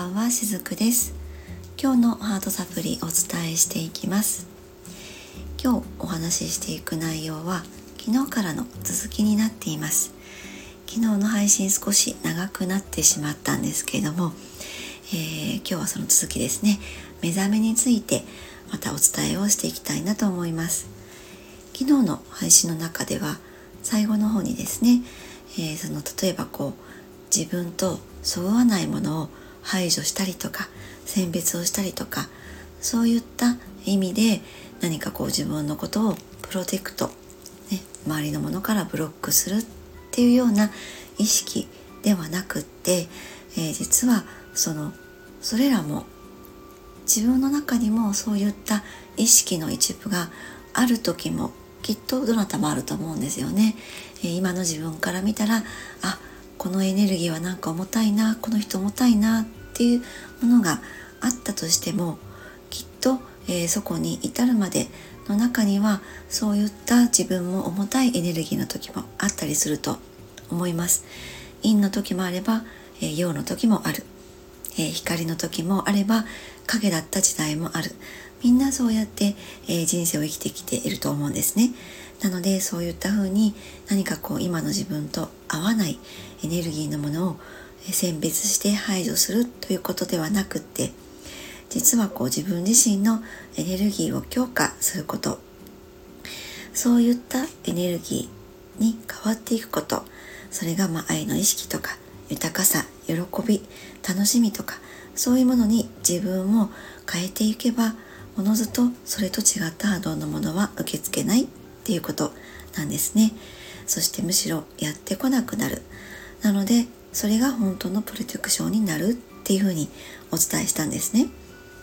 んはしずくです。今日のハートサプリお伝えしていきます。今日お話ししていく内容は昨日からの続きになっています。昨日の配信少し長くなってしまったんですけれども、今日はその続きですね。目覚めについてまたお伝えをしていきたいなと思います。昨日の配信の中では最後の方にですね、例えば自分とそぐわないものを排除したりとか選別をしたりとか、そういった意味で何か自分のことをプロテクト、周りのものからブロックするっていうような意識ではなくって、実はそれらも自分の中にもそういった意識の一部がある時もきっとどなたもあると思うんですよね。今の自分から見たら、このエネルギーはなんか重たいな、この人重たいなっていうものがあったとしても、きっと、そこに至るまでの中にはそういった自分も重たいエネルギーの時もあったりすると思います。陰の時もあれば、陽の時もある、光の時もあれば影だった時代もある。みんなそうやって、人生を生きてきていると思うんですね。なのでそういった風に何か今の自分と合わないエネルギーのものを選別して排除するということではなくって、実は自分自身のエネルギーを強化すること、そういったエネルギーに変わっていくこと、それが愛の意識とか豊かさ、喜び、楽しみとか、そういうものに自分を変えていけば、おのずとそれと違った波動のものは受け付けないっていうことなんですね。そしてむしろやってこなくなる。なのでそれが本当のプロテクションになるっていうふうにお伝えしたんですね。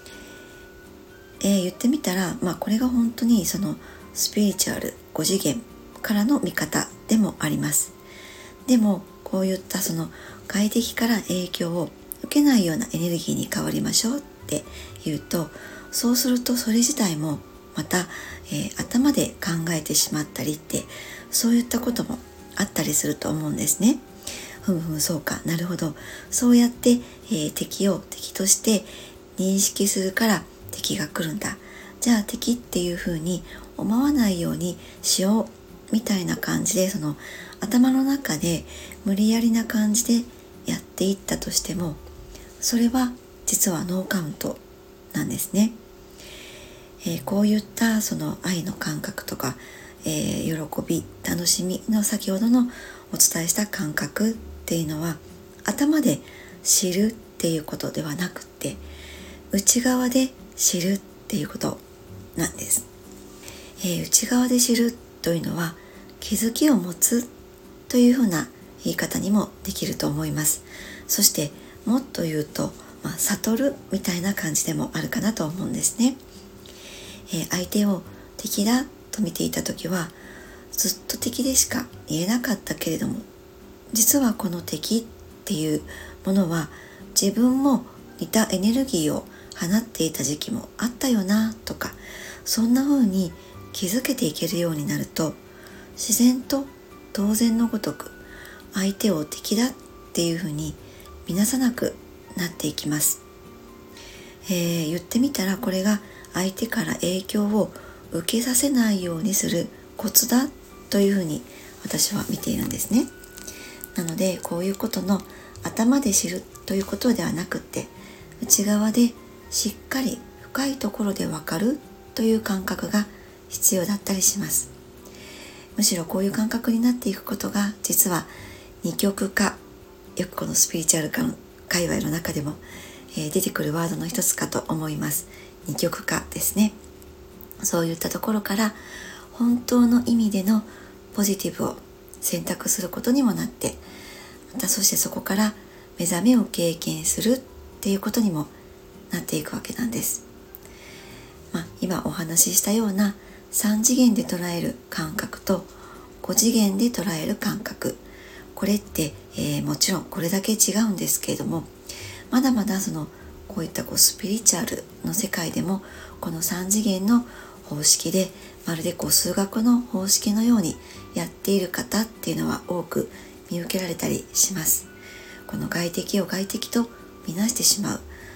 言ってみたら、これが本当にスピリチュアル5次元からの見方でもあります。でもこういった外敵から影響を受けないようなエネルギーに変わりましょうって言うと、そうするとそれ自体もまた、頭で考えてしまったりって、そういったこともあったりすると思うんですね。そうか、なるほど、そうやって、敵を敵として認識するから敵が来るんだ、じゃあ敵っていう風に思わないようにしようみたいな感じで、頭の中で無理やりな感じでやっていったとしても、それは実はノーカウントなんですね。こういった愛の感覚とか、喜び、楽しみの先ほどのお伝えした感覚っていうのは、頭で知るっていうことではなくって、内側で知るっていうことなんです。内側で知るというのは気づきを持つというふうな言い方にもできると思います。そしてもっと言うと、悟るみたいな感じでもあるかなと思うんですね。相手を敵だと見ていた時はずっと敵でしか言えなかったけれども、実はこの敵っていうものは自分も似たエネルギーを放っていた時期もあったよなとか、そんな風に気づけていけるようになると、自然と当然のごとく相手を敵だっていう風に見なさなくなっていきます。言ってみたら、これが相手から影響を受けさせないようにするコツだというふうに私は見ているんですね。なのでこういうことの頭で知るということではなくて、内側でしっかり深いところでわかるという感覚が必要だったりします。むしろこういう感覚になっていくことが、実は二極化、よくこのスピリチュアル界の界隈の中でも、出てくるワードの一つかと思います。二極化ですね。そういったところから本当の意味でのポジティブを選択することにもなって、またそしてそこから目覚めを経験するっていうことにもなっていくわけなんです。今お話ししたような3次元で捉える感覚と5次元で捉える感覚、これって、もちろんこれだけ違うんですけれども、まだまだこういったスピリチュアルの世界でもこの3次元の方式で、まるで数学の方式のようにやっている方っていうのは多く見受けられたりします。この外敵を外敵と見なしてしまう、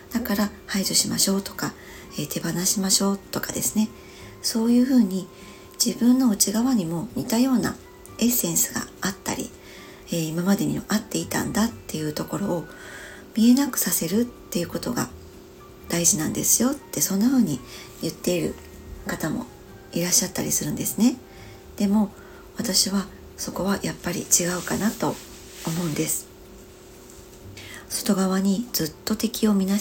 だから排除しましょうとか、手放しましょうとかですね、そういうふうに自分の内側にも似たようなエッセンスがあったり、今までにあっていたんだっていうところを見えなくさせるっていうことが大事なんですよって、そんな風に言っている方もいらっしゃったりするんですね。でも私はそこはやっぱり違うかなと思うんです。外側にずっと敵を見なして、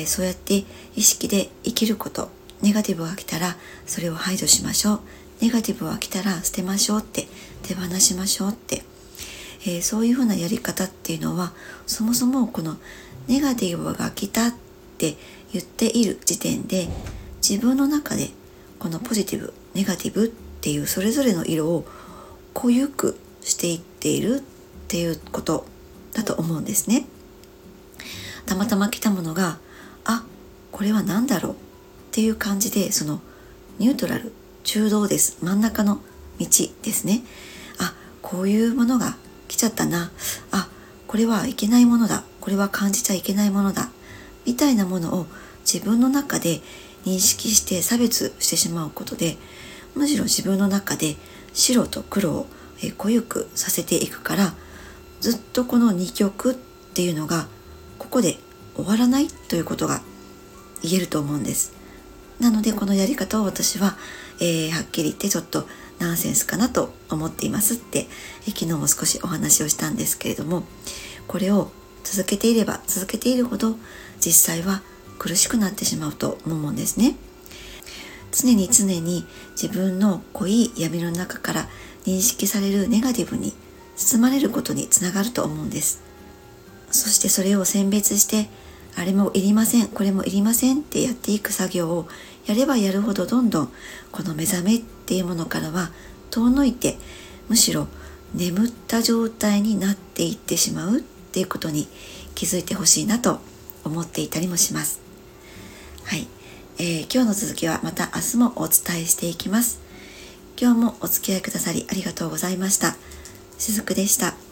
そうやって意識で生きること、ネガティブが来たらそれを排除しましょう、ネガティブが来たら捨てましょうって、手放しましょうって、そういうふうなやり方っていうのは、そもそもこのネガティブが来たって言っている時点で、自分の中でこのポジティブ、ネガティブっていうそれぞれの色を濃ゆくしていっているっていうことだと思うんですね。たまたま来たものが、あ、これは何だろうっていう感じで、そのニュートラル、中道です、真ん中の道ですね。あ、こういうものが来ちゃったな、あ、これはいけないものだ、これは感じちゃいけないものだみたいなものを自分の中で認識して差別してしまうことで、むしろ自分の中で白と黒を濃ゆくさせていくから、ずっとこの二極っていうのがここで終わらないということが言えると思うんです。なのでこのやり方を私は、はっきり言ってちょっとナンセンスかなと思っていますって、昨日も少しお話をしたんですけれども、これを続けていれば続けているほど実際は苦しくなってしまうと思うんですね。常に自分の濃い闇の中から認識されるネガティブに包まれることにつながると思うんです。そしてそれを選別して、あれもいりません、これもいりませんってやっていく作業をやればやるほど、どんどんこの目覚めっていうものからは遠のいて、むしろ眠った状態になっていってしまうっていうことに気づいてほしいなと思っていたりもします。はい、今日の続きはまた明日もお伝えしていきます。今日もお付き合いくださりありがとうございました。しずくでした。